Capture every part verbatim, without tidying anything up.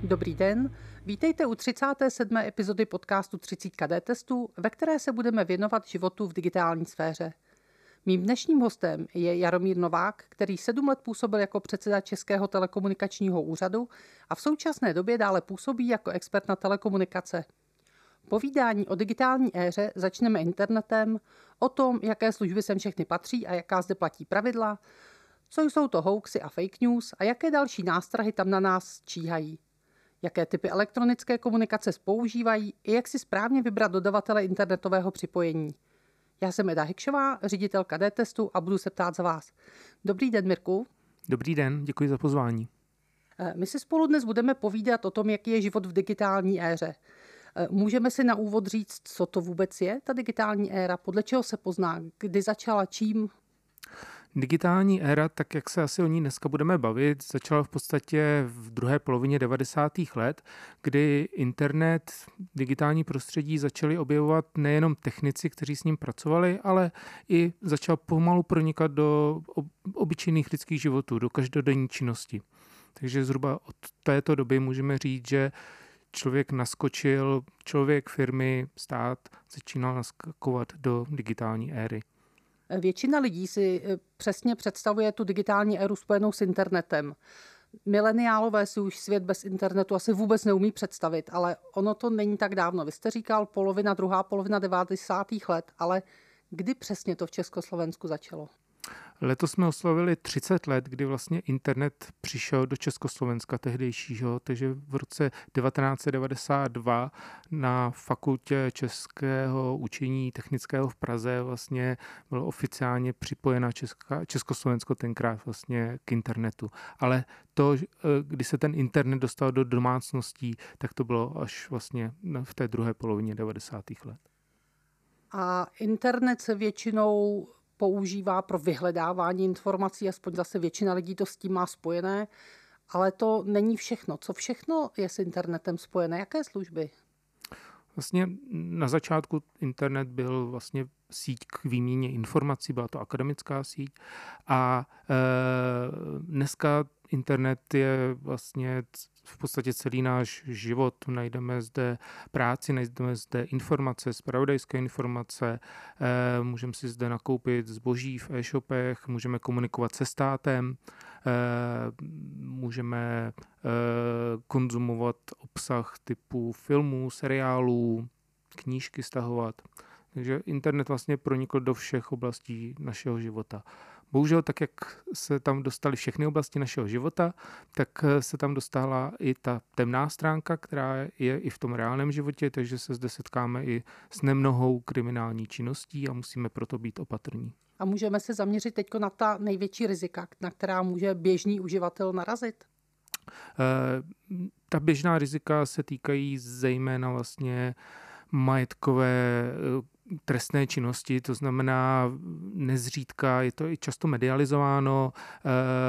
Dobrý den, vítejte u třicáté sedmé epizody podcastu třicet ká dé testů, ve které se budeme věnovat životu v digitální sféře. Mým dnešním hostem je Jaromír Novák, který sedm let působil jako předseda Českého telekomunikačního úřadu a v současné době dále působí jako expert na telekomunikace. Povídání o digitální éře začneme internetem, o tom, jaké služby sem všechny patří a jaká zde platí pravidla, co jsou to hoaxy a fake news a jaké další nástrahy tam na nás číhají. Jaké typy elektronické komunikace používají i jak si správně vybrat dodavatele internetového připojení. Já jsem Eda Hekšová, ředitelka D-testu a budu se ptát za vás. Dobrý den, Mirku. Dobrý den, děkuji za pozvání. My si spolu dnes budeme povídat o tom, jaký je život v digitální éře. Můžeme si na úvod říct, co to vůbec je, ta digitální éra, podle čeho se pozná, kdy začala, čím? Digitální éra, tak jak se asi o ní dneska budeme bavit, začala v podstatě v druhé polovině devadesátých let, kdy internet, digitální prostředí začali objevovat nejenom technici, kteří s ním pracovali, ale i začal pomalu pronikat do obyčejných lidských životů, do každodenní činnosti. Takže zhruba od této doby můžeme říct, že člověk naskočil, člověk, firmy, stát začínal naskakovat do digitální éry. Většina lidí si přesně představuje tu digitální éru spojenou s internetem. Mileniálové si už svět bez internetu asi vůbec neumí představit, ale ono to není tak dávno. Vy jste říkal polovina, druhá polovina devadesátých let, ale kdy přesně to v Československu začalo? Letos jsme oslavili třicet let, kdy vlastně internet přišel do Československa tehdejšího, takže v roce devatenáct set devadesát dva na fakultě českého učení technického v Praze vlastně bylo oficiálně připojena Česká, Československo tenkrát vlastně k internetu. Ale to, kdy se ten internet dostal do domácností, tak to bylo až vlastně v té druhé polovině devadesátých let. A internet se většinou používá pro vyhledávání informací, aspoň zase většina lidí to s tím má spojené, ale to není všechno. Co všechno je s internetem spojené? Jaké služby? Vlastně na začátku internet byl vlastně síť k výměně informací, byla to akademická síť a e, dneska internet je vlastně v podstatě celý náš život. Najdeme zde práci, najdeme zde informace, zpravodajské informace, e, můžeme si zde nakoupit zboží v e-shopech, můžeme komunikovat se státem, e, můžeme e, konzumovat obsah typu filmů, seriálů, knížky stahovat. Takže internet vlastně pronikl do všech oblastí našeho života. Bohužel, tak jak se tam dostaly všechny oblasti našeho života, tak se tam dostala i ta temná stránka, která je i v tom reálném životě, takže se zde setkáme i s nemnohou kriminální činností a musíme proto být opatrní. A můžeme se zaměřit teď na ta největší rizika, na která může běžný uživatel narazit? E, ta běžná rizika se týkají zejména vlastně majetkové trestné činnosti, to znamená nezřídka, je to i často medializováno, e,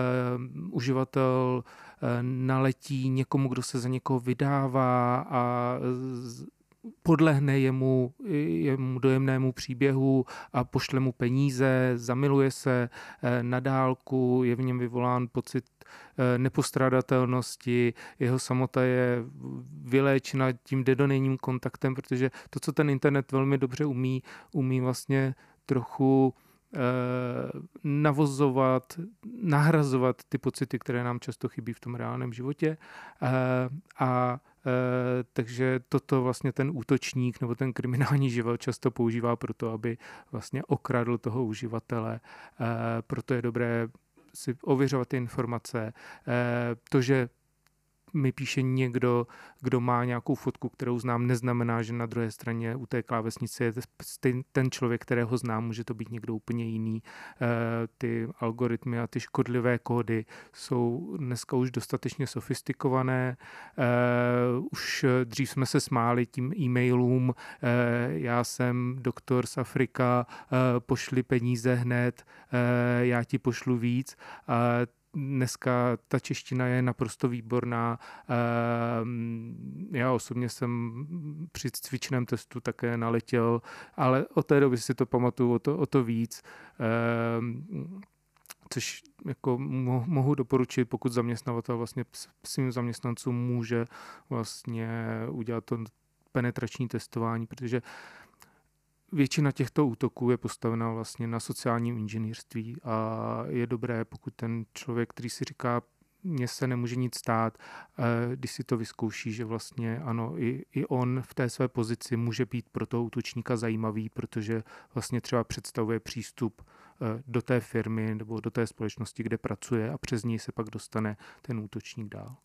uživatel e, naletí někomu, kdo se za někoho vydává a z, podlehne jemu, jemu dojemnému příběhu a pošle mu peníze, zamiluje se na dálku, je v něm vyvolán pocit nepostradatelnosti, jeho samota je vyléčena tím dennodenním kontaktem, protože to, co ten internet velmi dobře umí, umí vlastně trochu navozovat, nahrazovat ty pocity, které nám často chybí v tom reálném životě. A takže toto vlastně ten útočník nebo ten kriminální živel často používá pro to, aby vlastně okradl toho uživatele. Proto je dobré si ověřovat ty informace. To, že mi píše někdo, kdo má nějakou fotku, kterou znám, neznamená, že na druhé straně u té klávesnice je ten člověk, kterého znám, může to být někdo úplně jiný. Ty algoritmy a ty škodlivé kódy jsou dneska už dostatečně sofistikované. Už dřív jsme se smáli tím e-mailům, já jsem doktor z Afrika, pošli peníze hned, já ti pošlu víc. Dneska ta čeština je naprosto výborná. Já osobně jsem při cvičném testu také naletěl, ale od té doby si to pamatuju o to, o to víc. což jako mohu doporučit, pokud zaměstnavatel vlastně svým zaměstnancům může vlastně udělat to penetrační testování, protože většina těchto útoků je postavena vlastně na sociálním inženýrství a je dobré, pokud ten člověk, který si říká, mně se nemůže nic stát, když si to vyzkouší, že vlastně ano, i, i on v té své pozici může být pro toho útočníka zajímavý, protože vlastně třeba představuje přístup do té firmy nebo do té společnosti, kde pracuje a přes něj se pak dostane ten útočník dál.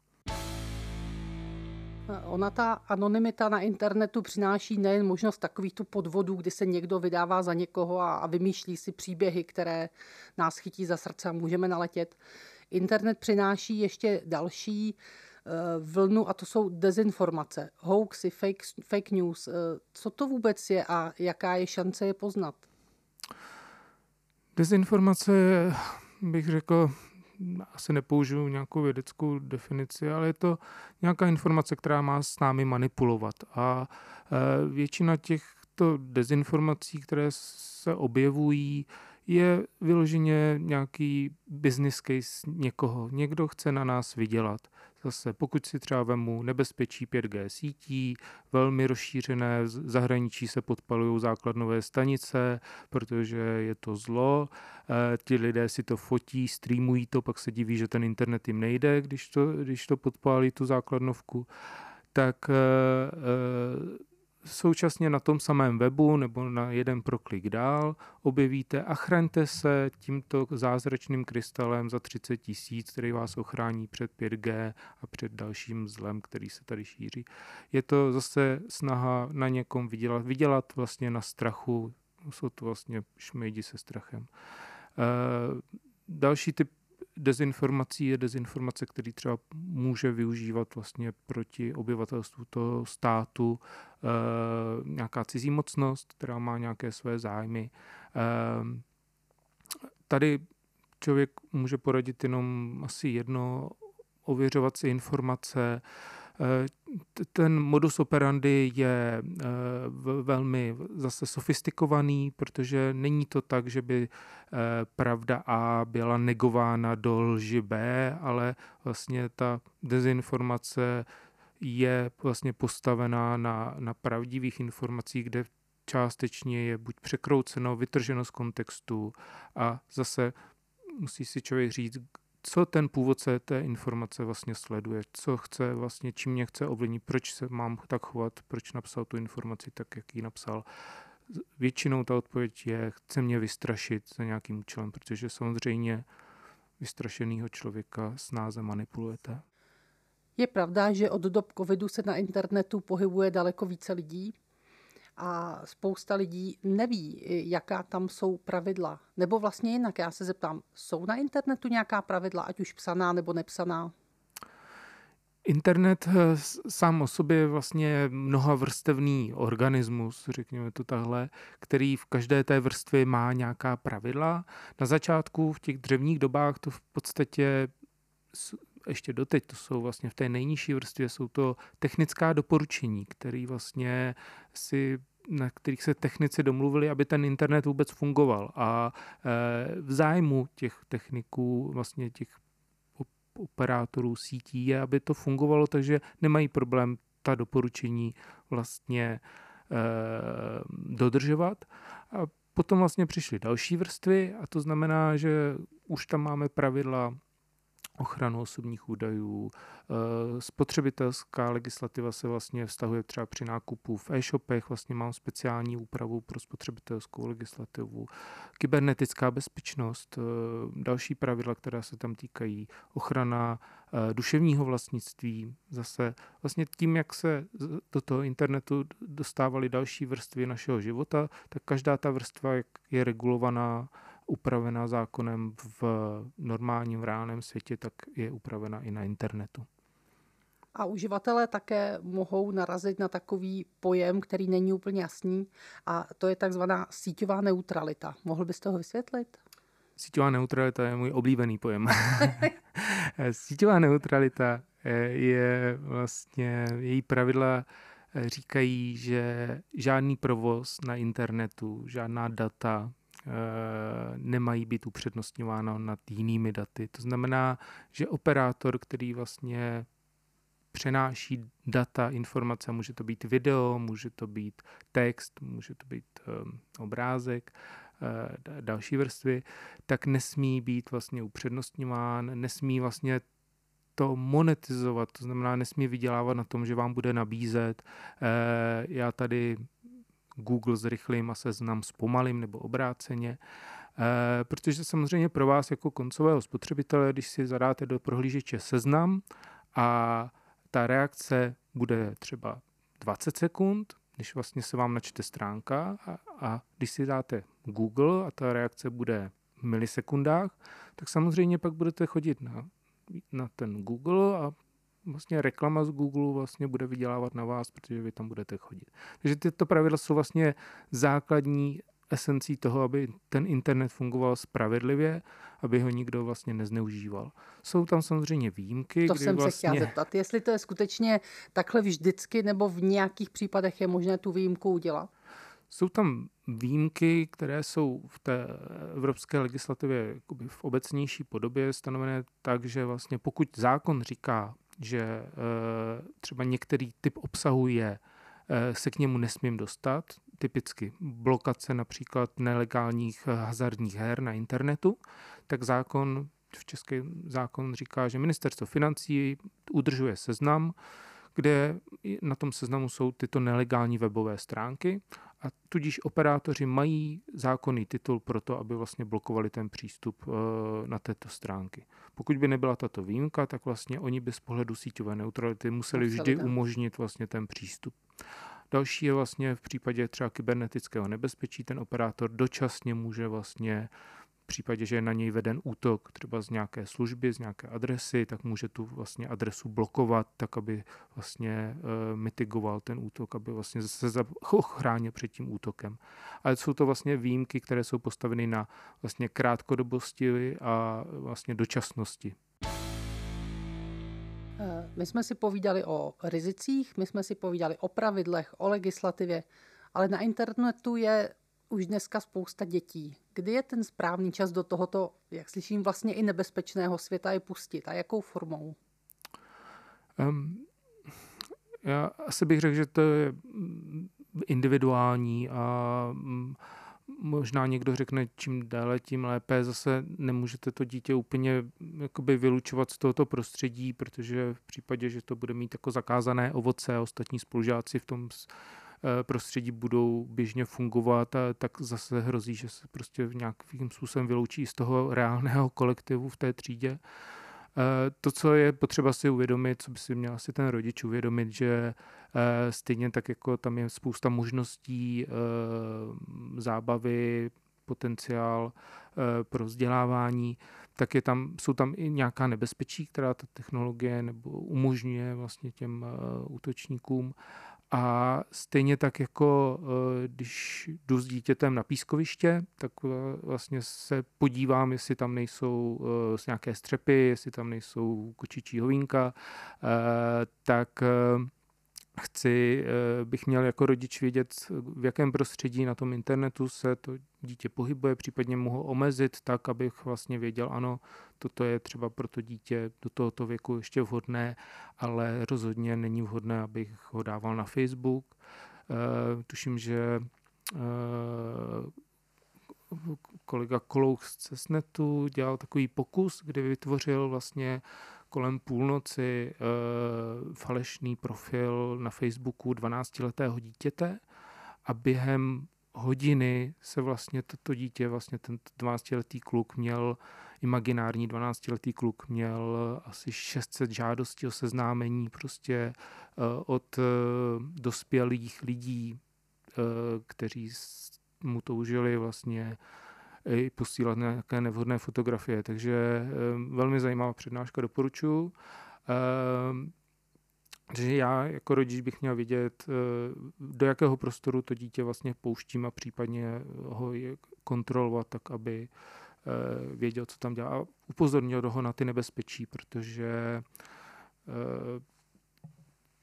Ona ta anonymita na internetu přináší nejen možnost takovýchto podvodů, kdy se někdo vydává za někoho a, a vymýšlí si příběhy, které nás chytí za srdce a můžeme naletět. Internet přináší ještě další uh, vlnu a to jsou dezinformace, hoaxy, fake, fake news. Uh, co to vůbec je a jaká je šance je poznat? Dezinformace, bych řekl, asi nepoužiju nějakou vědeckou definici, ale je to nějaká informace, která má s námi manipulovat. A většina těchto dezinformací, které se objevují, je vyloženě nějaký business case někoho. Někdo chce na nás vydělat. Zase, pokud si třeba vemu nebezpečí pět G sítí, velmi rozšířené, v zahraničí se podpalují základnové stanice, protože je to zlo. E, ti lidé si to fotí, streamují to, pak se diví, že ten internet jim nejde, když to, když to podpálí tu základnovku. Tak e, e, současně na tom samém webu nebo na jeden proklik dál objevíte a chraňte se tímto zázračným krystalem za třicet tisíc, který vás ochrání před pět G a před dalším zlem, který se tady šíří. Je to zase snaha na někom vydělat, vydělat vlastně na strachu, jsou to vlastně šmejdi se strachem. E, další typ dezinformací je dezinformace, který třeba může využívat vlastně proti obyvatelstvu toho státu e, nějaká cizí mocnost, která má nějaké své zájmy. E, tady člověk může poradit jenom asi jedno, ověřovat si informace. Ten modus operandi je velmi zase sofistikovaný, protože není to tak, že by pravda A byla negována do lži B, ale vlastně ta dezinformace je vlastně postavená na, na pravdivých informacích, kde částečně je buď překrouceno, vytrženo z kontextu a zase musí si člověk říct, co ten původce té informace vlastně sleduje, co chce vlastně, čím mě chce ovlivnit, proč se mám tak chovat, proč napsal tu informaci tak, jak ji napsal. Většinou ta odpověď je, chce mě vystrašit za nějakým účelem, protože samozřejmě vystrašenýho člověka snáze manipulujete. Je pravda, že od dob covidu se na internetu pohybuje daleko více lidí a spousta lidí neví, jaká tam jsou pravidla. Nebo vlastně jinak, já se zeptám, jsou na internetu nějaká pravidla, ať už psaná nebo nepsaná? Internet sám o sobě je vlastně mnohavrstevný organismus, řekněme to takhle, který v každé té vrstvě má nějaká pravidla. Na začátku v těch dřevních dobách to v podstatě ještě doteď, to jsou vlastně v té nejnižší vrstvě, jsou to technická doporučení, které vlastně si na kterých se technici domluvili, aby ten internet vůbec fungoval. A v zájmu těch techniků, vlastně těch operátorů sítí je, aby to fungovalo, takže nemají problém ta doporučení vlastně e, dodržovat. A potom vlastně přišly další vrstvy a to znamená, že už tam máme pravidla ochranu osobních údajů. Spotřebitelská legislativa se vlastně vztahuje třeba při nákupu v e-shopech, vlastně mám speciální úpravu pro spotřebitelskou legislativu. Kybernetická bezpečnost, další pravidla, která se tam týkají, ochrana duševního vlastnictví. Zase vlastně tím, jak se do toho internetu dostávaly další vrstvy našeho života, tak každá ta vrstva je regulovaná, upravená zákonem v normálním, v reálném světě, tak je upravena i na internetu. A uživatelé také mohou narazit na takový pojem, který není úplně jasný, a to je takzvaná síťová neutralita. Mohl byste ho vysvětlit? Síťová neutralita je můj oblíbený pojem. Síťová neutralita je vlastně, její pravidla říkají, že žádný provoz na internetu, žádná data, nemají být upřednostňováno nad jinými daty. To znamená, že operátor, který vlastně přenáší data, informace, může to být video, může to být text, může to být um, obrázek, uh, další vrstvy, tak nesmí být vlastně upřednostňován, nesmí vlastně to monetizovat, to znamená nesmí vydělávat na tom, že vám bude nabízet, uh, já tady Google zrychlím a Seznam zpomalím nebo obráceně, uh, protože samozřejmě pro vás jako koncového spotřebitele, když si zadáte do prohlížeče Seznam a ta reakce bude třeba dvacet sekund, než vlastně se vám načte stránka a, a když si dáte Google a ta reakce bude v milisekundách, tak samozřejmě pak budete chodit na, na ten Google a vlastně reklama z Google vlastně bude vydělávat na vás, protože vy tam budete chodit. Takže tyto pravidla jsou vlastně základní esencí toho, aby ten internet fungoval spravedlivě, aby ho nikdo vlastně nezneužíval. Jsou tam samozřejmě výjimky. To kdy jsem vlastně... se chtěla zeptat, jestli to je skutečně takhle vždycky, nebo v nějakých případech je možné tu výjimku udělat? Jsou tam výjimky, které jsou v té evropské legislativě v obecnější podobě stanovené tak, že vlastně pokud zákon říká, že třeba některý typ obsahu je, se k němu nesmím dostat, typicky blokace například nelegálních hazardních her na internetu, tak zákon, v český zákon říká, že ministerstvo financí udržuje seznam, kde na tom seznamu jsou tyto nelegální webové stránky a tudíž operátoři mají zákonný titul pro to, aby vlastně blokovali ten přístup na této stránky. Pokud by nebyla tato výjimka, tak vlastně oni by z pohledu síťové neutrality museli vždy umožnit vlastně ten přístup. Další je vlastně v případě třeba kybernetického nebezpečí, ten operátor dočasně může vlastně v případě, že je na něj veden útok třeba z nějaké služby, z nějaké adresy, tak může tu vlastně adresu blokovat, tak aby vlastně e, mitigoval ten útok, aby vlastně se ochránil před tím útokem. Ale jsou to vlastně výjimky, které jsou postaveny na vlastně krátkodobosti a vlastně dočasnosti. My jsme si povídali o rizicích, my jsme si povídali o pravidlech, o legislativě, ale na internetu je už dneska spousta dětí. Kdy je ten správný čas do tohoto, jak slyším, vlastně i nebezpečného světa je pustit a jakou formou? Um, já asi bych řekl, že to je individuální a možná někdo řekne, čím déle, tím lépe. Zase nemůžete to dítě úplně jakoby vylučovat z tohoto prostředí, protože v případě, že to bude mít jako zakázané ovoce a ostatní spolužáci v tom prostředí budou běžně fungovat, tak zase hrozí, že se prostě v nějakým způsobem vyloučí z toho reálného kolektivu v té třídě. To, co je potřeba si uvědomit, co by si měl asi ten rodič uvědomit, že stejně tak jako tam je spousta možností zábavy, potenciál pro vzdělávání, tak je tam, jsou tam i nějaká nebezpečí, která ta technologie nebo umožňuje vlastně těm útočníkům. A stejně tak jako když jdu s dítětem na pískoviště, tak vlastně se podívám, jestli tam nejsou nějaké střepy, jestli tam nejsou kočičí hovínka, tak chci, bych měl jako rodič vědět, v jakém prostředí na tom internetu se to dítě pohybuje, případně mu ho omezit tak, abych vlastně věděl, ano, toto je třeba pro to dítě do tohoto věku ještě vhodné, ale rozhodně není vhodné, abych ho dával na Facebook. Uh, tuším, že uh, kolega Kolouch z Cesnetu dělal takový pokus, kdy vytvořil vlastně kolem půlnoci uh, falešný profil na Facebooku dvanáctiletého dítěte a během hodiny se vlastně toto dítě, vlastně ten dvanáctiletý kluk měl, imaginární dvanáctiletý kluk měl asi šest set žádostí o seznámení prostě uh, od uh, dospělých lidí, uh, kteří mu toužili vlastně i posílat nějaké nevhodné fotografie. Takže uh, velmi zajímavá přednáška, doporučuji. Uh, Takže já jako rodič bych měl vědět, do jakého prostoru to dítě vlastně pouštím a případně ho kontrolovat tak, aby věděl, co tam dělá. A upozornil ho na ty nebezpečí, protože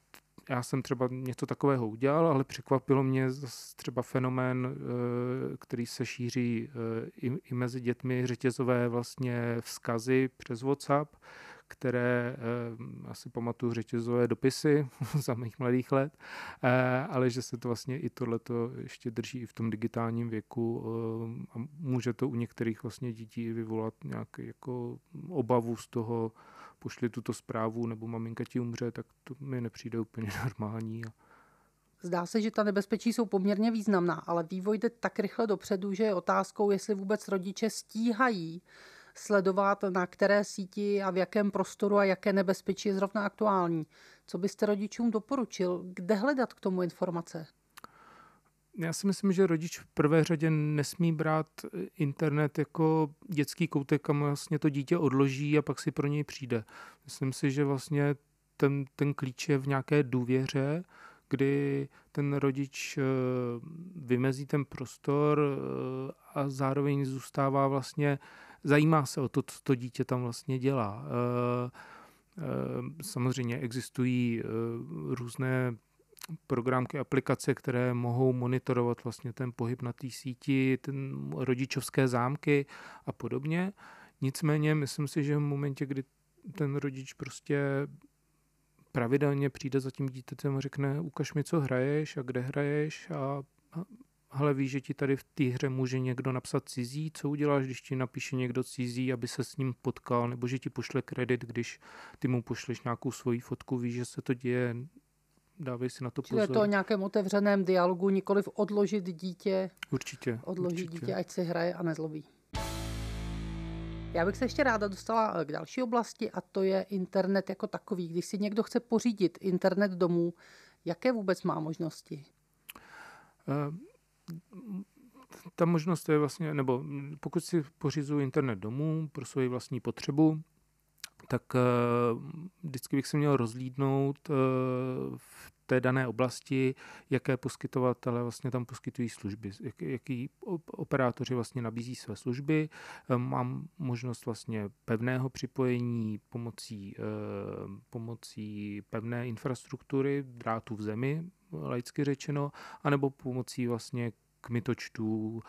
já jsem třeba něco takového udělal, ale překvapilo mě třeba fenomén, který se šíří i, i mezi dětmi, řetězové vlastně vzkazy přes WhatsApp, které asi pamatuju řetězové dopisy za mých mladých let, ale že se to vlastně i tohleto ještě drží i v tom digitálním věku a může to u některých vlastně dětí vyvolat nějaký jako obavu z toho, pošli tuto zprávu nebo maminka ti umře, tak to mi nepřijde úplně normální. Zdá se, že ta nebezpečí jsou poměrně významná, ale vývoj jde tak rychle dopředu, že je otázkou, jestli vůbec rodiče stíhají sledovat, na které síti a v jakém prostoru a jaké nebezpečí je zrovna aktuální. Co byste rodičům doporučil? Kde hledat k tomu informace? Já si myslím, že rodič v prvé řadě nesmí brát internet jako dětský koutek, kam vlastně to dítě odloží a pak si pro něj přijde. Myslím si, že vlastně ten, ten klíč je v nějaké důvěře, kdy ten rodič vymezí ten prostor a zároveň zůstává vlastně, zajímá se o to, co to dítě tam vlastně dělá. Samozřejmě existují různé programky, aplikace, které mohou monitorovat vlastně ten pohyb na té síti, ten rodičovské zámky a podobně. Nicméně myslím si, že v momentě, kdy ten rodič prostě pravidelně přijde za tím dítětem a řekne, ukaž mi, co hraješ a kde hraješ a hele, víš, že ti tady v té hře může někdo napsat cizí, co uděláš, když ti napíše někdo cizí, aby se s ním potkal, nebo že ti pošle kredit, když ty mu pošleš nějakou svoji fotku, víš, že se to děje, dávej si na to pozor. Čili je to o nějakém otevřeném dialogu, nikoliv odložit dítě. Určitě. Odložit určitě. dítě, ať si hraje a nezlobí. Já bych se ještě ráda dostala k další oblasti a to je internet jako takový. Když si někdo chce pořídit internet domů, jaké vůbec má možnosti? Ta možnost je vlastně, nebo pokud si pořizuji internet domů pro svoji vlastní potřebu, tak vždycky bych se měl rozhlídnout v té dané oblasti, jaké poskytovatele vlastně tam poskytují služby, jak, jaký operátoři vlastně nabízí své služby. Mám možnost vlastně pevného připojení pomocí, pomocí pevné infrastruktury, drátů v zemi, laicky řečeno, anebo pomocí vlastně kmitočtů.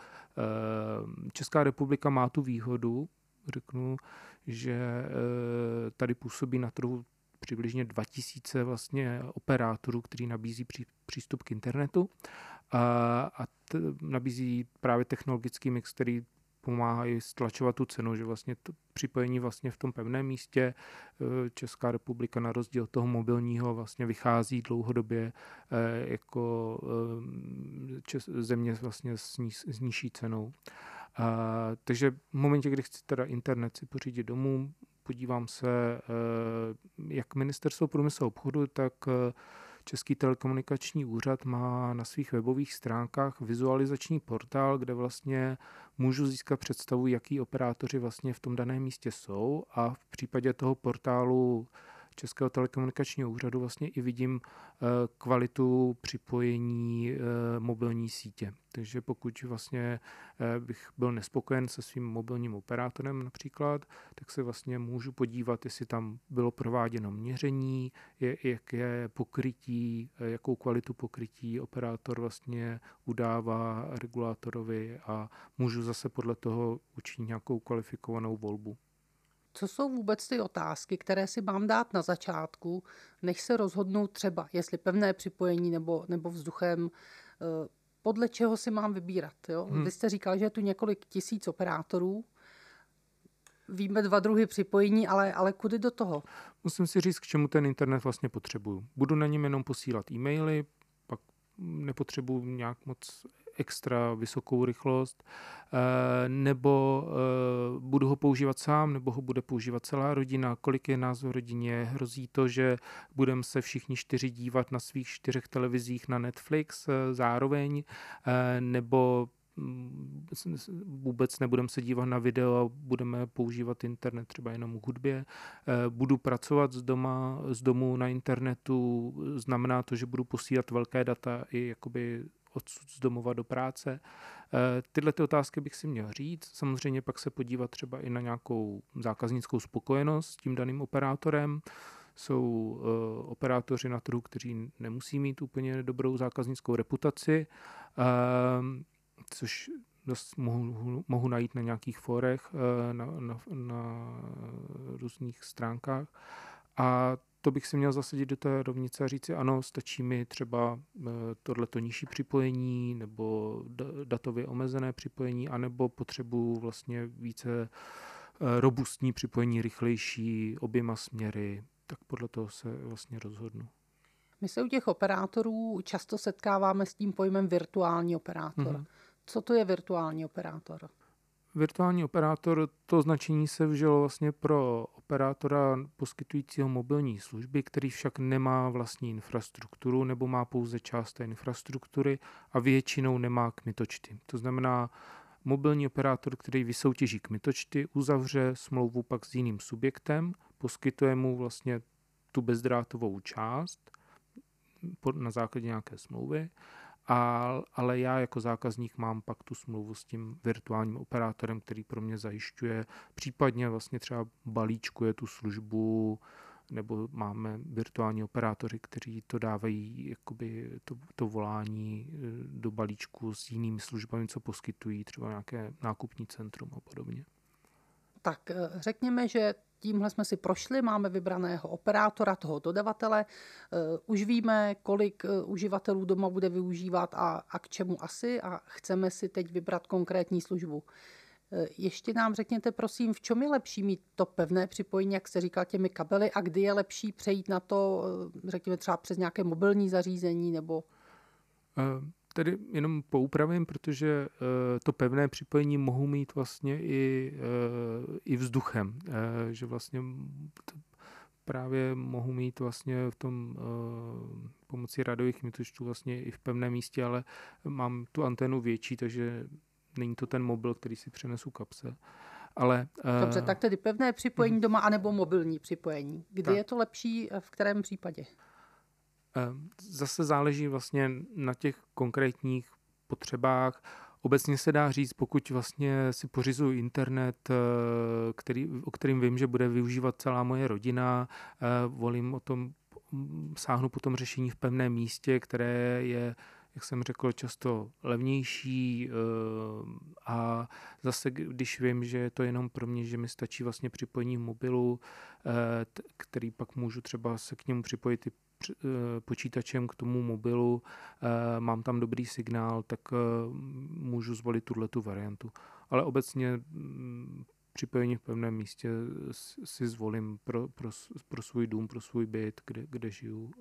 Česká republika má tu výhodu, řeknu, že tady působí na trhu přibližně dva tisíce vlastně operátorů, který nabízí pří, přístup k internetu a, a t, nabízí právě technologický mix, který pomáhá i stlačovat tu cenu, že vlastně to připojení vlastně v tom pevném místě Česká republika na rozdíl od toho mobilního vlastně vychází dlouhodobě jako čes, země vlastně s, ní, s nižší cenou. A, takže v momentě, kdy chci teda internet si pořídit domů, podívám se, jak Ministerstvo průmyslu a obchodu, tak Český telekomunikační úřad má na svých webových stránkách vizualizační portál, kde vlastně můžu získat představu, jaký operátoři vlastně v tom daném místě jsou a v případě toho portálu Českého telekomunikačního úřadu vlastně i vidím kvalitu připojení mobilní sítě. Takže pokud vlastně bych byl nespokojen se svým mobilním operátorem například, tak se vlastně můžu podívat, jestli tam bylo prováděno měření, jak je pokrytí, jakou kvalitu pokrytí operátor vlastně udává regulátorovi a můžu zase podle toho učinit nějakou kvalifikovanou volbu. Co jsou vůbec ty otázky, které si mám dát na začátku, než se rozhodnu třeba, jestli pevné připojení nebo, nebo vzduchem, podle čeho si mám vybírat? Jo? Hmm. Vy jste říkal, že je tu několik tisíc operátorů, víme dva druhy připojení, ale, ale kudy do toho? Musím si říct, k čemu ten internet vlastně potřebuju. Budu na něm jenom posílat e-maily, pak nepotřebuji nějak moc extra vysokou rychlost, nebo budu ho používat sám, nebo ho bude používat celá rodina, kolik je nás v rodině, hrozí to, že budeme se všichni čtyři dívat na svých čtyřech televizích na Netflix zároveň, nebo vůbec nebudeme se dívat na video a budeme používat internet třeba jenom k hudbě. Budu pracovat z doma, z domu na internetu, znamená to, že budu posílat velké data i jakoby odsud z domova do práce. Tyhle ty otázky bych si měl říct. Samozřejmě pak se podívat třeba i na nějakou zákaznickou spokojenost s tím daným operátorem. jsou operátoři na trhu, kteří nemusí mít úplně dobrou zákaznickou reputaci, což dost mohu, mohu najít na nějakých fórech, na, na, na různých stránkách. A to bych si měl zasadit do té rovnice a říci, ano, stačí mi třeba tohleto nižší připojení nebo datově omezené připojení, anebo potřebuji vlastně více robustní připojení, rychlejší, oběma směry, tak podle toho se vlastně rozhodnu. My se u těch operátorů často setkáváme s tím pojmem virtuální operátor. Mm-hmm. Co to je virtuální operátor? Virtuální operátor, to označení se vžilo vlastně pro operátora poskytujícího mobilní služby, který však nemá vlastní infrastrukturu nebo má pouze část té infrastruktury a většinou nemá kmitočty. To znamená, mobilní operátor, který vysoutěží kmitočty, uzavře smlouvu pak s jiným subjektem, poskytuje mu vlastně tu bezdrátovou část na základě nějaké smlouvy, A, ale já jako zákazník mám pak tu smlouvu s tím virtuálním operátorem, který pro mě zajišťuje, případně vlastně třeba balíčkuje tu službu, nebo máme virtuální operátoři, kteří to dávají, jakoby to, to volání do balíčku s jinými službami, co poskytují, třeba nějaké nákupní centrum a podobně. Tak řekněme, že tímhle jsme si prošli, máme vybraného operátora, toho dodavatele, už víme, kolik uživatelů doma bude využívat a, a k čemu asi a chceme si teď vybrat konkrétní službu. Ještě nám řekněte, prosím, v čem je lepší mít to pevné připojení, jak jste říkal, těmi kabely a kdy je lepší přejít na to, řekněme třeba přes nějaké mobilní zařízení nebo... Uh. Tady jenom poupravím, protože uh, to pevné připojení mohu mít vlastně i, uh, i vzduchem, uh, že vlastně právě mohu mít vlastně v tom uh, pomocí rádiových kmitočtů vlastně i v pevném místě, ale mám tu anténu větší, takže není to ten mobil, který si přenesu kapse. Ale, uh, Dobře, tak tedy pevné připojení uh, doma anebo mobilní připojení. Kdy tak. Je to lepší v kterém případě? Zase záleží vlastně na těch konkrétních potřebách. Obecně se dá říct, pokud vlastně si pořizuji internet, který, o kterým vím, že bude využívat celá moje rodina, volím o tom, sáhnu po tom řešení v pevném místě, které je, jak jsem řekl, často levnější a zase, když vím, že je to jenom pro mě, že mi stačí vlastně připojení mobilu, který pak můžu třeba se k němu připojit i počítačem k tomu mobilu, mám tam dobrý signál, tak můžu zvolit tuhletu variantu. Ale obecně připojení v pevném místě si zvolím pro, pro, pro svůj dům, pro svůj byt, kde, kde žiju.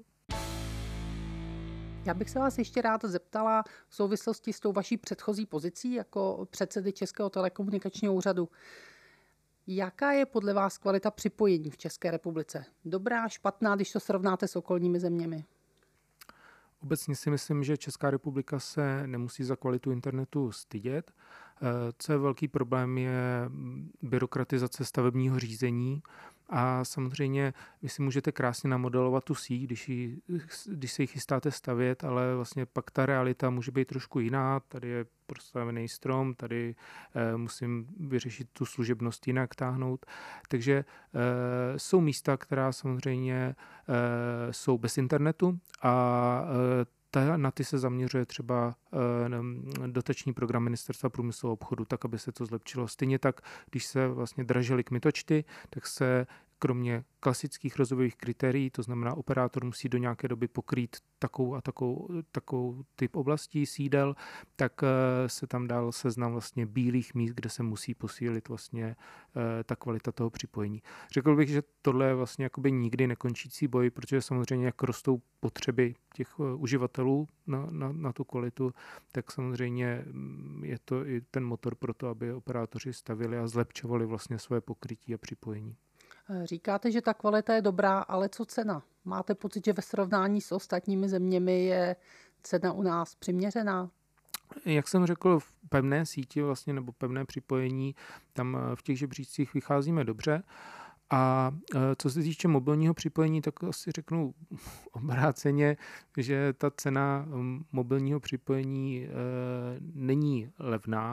Já bych se vás ještě ráda zeptala v souvislosti s tou vaší předchozí pozicí jako předsedy Českého telekomunikačního úřadu. Jaká je podle vás kvalita připojení v České republice? Dobrá, špatná, když to srovnáte s okolními zeměmi? Obecně si myslím, že Česká republika se nemusí za kvalitu internetu stydět. Co je velký problém, je byrokratizace stavebního řízení a samozřejmě vy si můžete krásně namodelovat tu síť, když, ji, když se ji chystáte stavět, ale vlastně pak ta realita může být trošku jiná. Tady je prostavený strom, tady e, musím vyřešit tu služebnost jinak táhnout. Takže e, jsou místa, která samozřejmě e, jsou bez internetu a e, Ta, na ty se zaměřuje třeba e, dotační program Ministerstva průmyslu a obchodu, tak, aby se to zlepšilo. Stejně tak, když se vlastně dražily kmitočty, tak se kromě klasických rozvojových kritérií, to znamená operátor musí do nějaké doby pokrýt takovou a takovou, takovou typ oblastí sídel, tak se tam dal seznam vlastně bílých míst, kde se musí posílit vlastně ta kvalita toho připojení. Řekl bych, že tohle je vlastně jakoby nikdy nekončící boj, protože samozřejmě jak rostou potřeby těch uživatelů na, na, na tu kvalitu, tak samozřejmě je to i ten motor pro to, aby operátoři stavili a zlepšovali vlastně své pokrytí a připojení. Říkáte, že ta kvalita je dobrá, ale co cena? Máte pocit, že ve srovnání s ostatními zeměmi je cena u nás přiměřená? Jak jsem řekl, v pevné síti vlastně, nebo pevné připojení, tam v těch žebříčcích vycházíme dobře. A co se týče mobilního připojení, tak asi řeknu obráceně, že ta cena mobilního připojení není levná.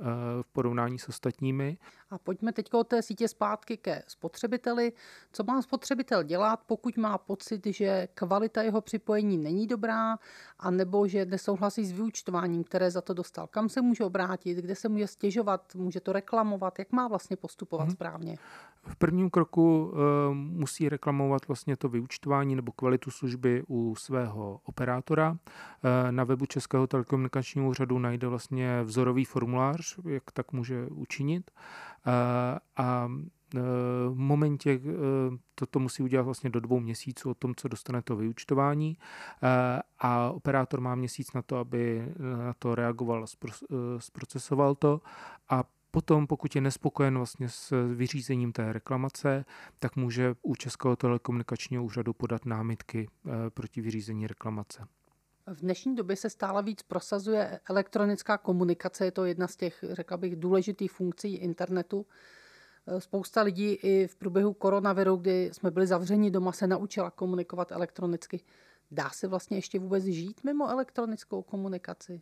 v porovnání s ostatními. A pojďme teď od té sítě zpátky ke spotřebiteli. Co má spotřebitel dělat, pokud má pocit, že kvalita jeho připojení není dobrá, anebo že nesouhlasí s vyúčtováním, které za to dostal? Kam se může obrátit, kde se může stěžovat, může to reklamovat, jak má vlastně postupovat hmm. správně? V prvním kroku uh, musí reklamovat vlastně to vyúčtování nebo kvalitu služby u svého operátora. Uh, na webu Českého telekomunikačního úřadu najde vlastně vzorový formulář, jak tak může učinit. Uh, a v momentě toto musí udělat vlastně do dvou měsíců o tom, co dostane to vyúčtování, a operátor má měsíc na to, aby na to reagoval a zprocesoval to, a potom, pokud je nespokojen vlastně s vyřízením té reklamace, tak může u Českého telekomunikačního úřadu podat námitky proti vyřízení reklamace. V dnešní době se stále víc prosazuje elektronická komunikace, je to jedna z těch, řekla bych, důležitých funkcí internetu. Spousta lidí i v průběhu koronaviru, kdy jsme byli zavřeni doma, se naučila komunikovat elektronicky. Dá se vlastně ještě vůbec žít mimo elektronickou komunikaci?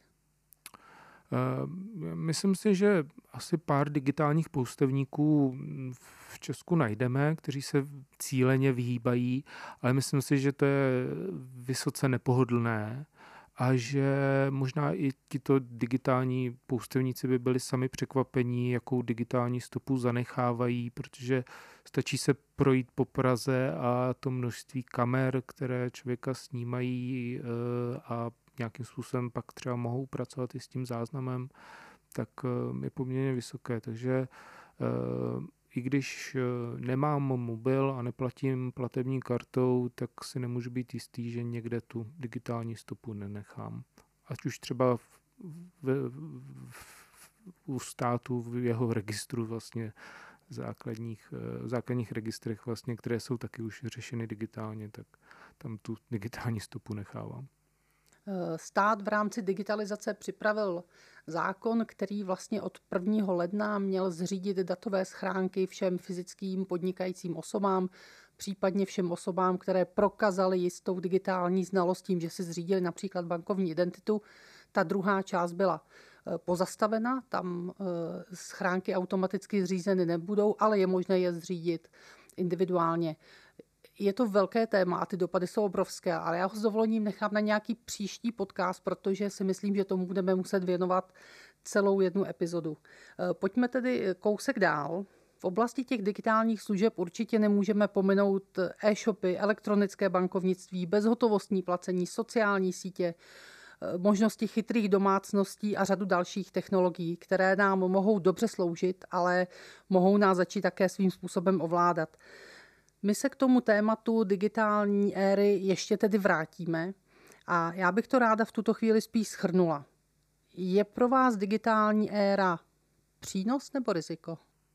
Myslím si, že asi pár digitálních poustevníků v Česku najdeme, kteří se cíleně vyhýbají, ale myslím si, že to je vysoce nepohodlné a že možná i tito digitální poustevníci by byli sami překvapení, jakou digitální stopu zanechávají, protože stačí se projít po Praze a to množství kamer, které člověka snímají a nějakým způsobem pak třeba mohou pracovat i s tím záznamem, tak je poměrně vysoké. Takže i když nemám mobil a neplatím platební kartou, tak si nemůžu být jistý, že někde tu digitální stopu nenechám. Ať už třeba v, v, v, u státu v jeho registru vlastně základních, v základních registrech vlastně, které jsou taky už řešeny digitálně, tak tam tu digitální stopu nechávám. Stát v rámci digitalizace připravil zákon, který vlastně od prvního ledna měl zřídit datové schránky všem fyzickým podnikajícím osobám, případně všem osobám, které prokazaly jistou digitální znalost tím, že si zřídili například bankovní identitu. Ta druhá část byla pozastavena, tam schránky automaticky zřízeny nebudou, ale je možné je zřídit individuálně. Je to velké téma a ty dopady jsou obrovské, ale já ho s dovolením nechám na nějaký příští podcast, protože si myslím, že tomu budeme muset věnovat celou jednu epizodu. Pojďme tedy kousek dál. V oblasti těch digitálních služeb určitě nemůžeme pominout e-shopy, elektronické bankovnictví, bezhotovostní placení, sociální sítě, možnosti chytrých domácností a řadu dalších technologií, které nám mohou dobře sloužit, ale mohou nás začít také svým způsobem ovládat. My se k tomu tématu digitální éry ještě tedy vrátíme a já bych to ráda v tuto chvíli spíš shrnula. Je pro vás digitální éra přínos nebo riziko?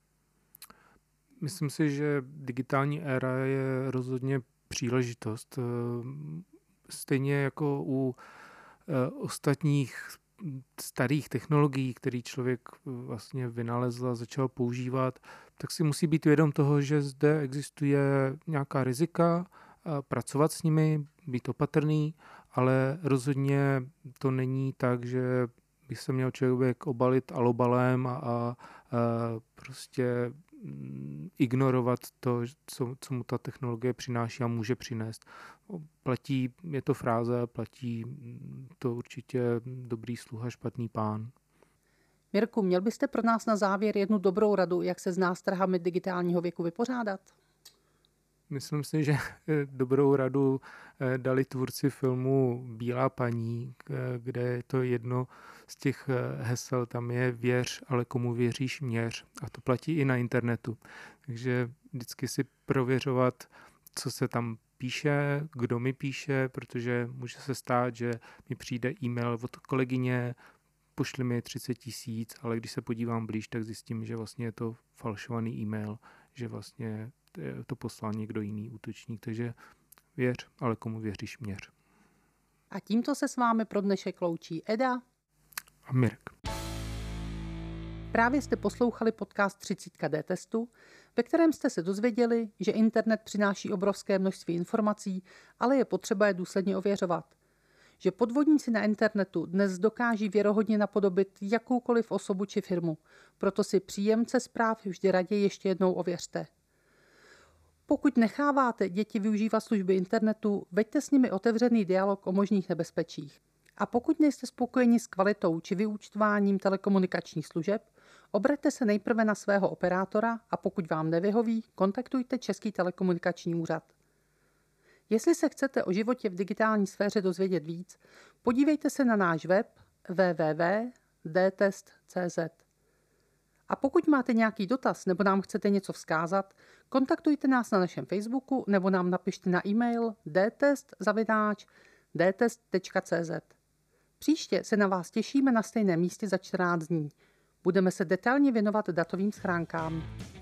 Myslím si, že digitální éra je rozhodně příležitost. Stejně jako u ostatních starých technologií, které člověk vlastně vynalezl a začal používat, tak si musí být vědom toho, že zde existuje nějaká rizika, pracovat s nimi, být opatrný, ale rozhodně to není tak, že by se měl člověk obalit alobalem a, a prostě ignorovat to, co, co mu ta technologie přináší a může přinést. Platí, je to fráze, platí to určitě dobrý sluha, špatný pán. Mirku, měl byste pro nás na závěr jednu dobrou radu, jak se s nástrahami digitálního věku vypořádat? Myslím si, že dobrou radu dali tvůrci filmu Bílá paní, kde je to jedno z těch hesel, tam je věř, ale komu věříš, měř. A to platí i na internetu. Takže vždycky si prověřovat, co se tam píše, kdo mi píše, protože může se stát, že mi přijde e-mail od kolegyně, pošli mi třicet tisíc, ale když se podívám blíž, tak zjistím, že vlastně je to falšovaný e-mail, že vlastně to poslal někdo jiný útočník. Takže věř, ale komu věříš, měř. A tímto se s vámi pro dnešek loučí Eda a Mirek. Právě jste poslouchali podcast třicet D testu, ve kterém jste se dozvěděli, že internet přináší obrovské množství informací, ale je potřeba je důsledně ověřovat. že podvodníci na internetu dnes dokáží věrohodně napodobit jakoukoliv osobu či firmu, proto si příjemce zpráv vždy raději ještě jednou ověřte. Pokud necháváte děti využívat služby internetu, veďte s nimi otevřený dialog o možných nebezpečích. A pokud nejste spokojeni s kvalitou či vyúčtováním telekomunikačních služeb, obraťte se nejprve na svého operátora a pokud vám nevyhoví, kontaktujte Český telekomunikační úřad. Jestli se chcete o životě v digitální sféře dozvědět víc, podívejte se na náš web w w w tečka d test tečka c z. A pokud máte nějaký dotaz nebo nám chcete něco vzkázat, kontaktujte nás na našem Facebooku nebo nám napište na e-mail d test zavináč d test tečka c z. Příště se na vás těšíme na stejném místě za čtrnáct dní. Budeme se detailně věnovat datovým schránkám.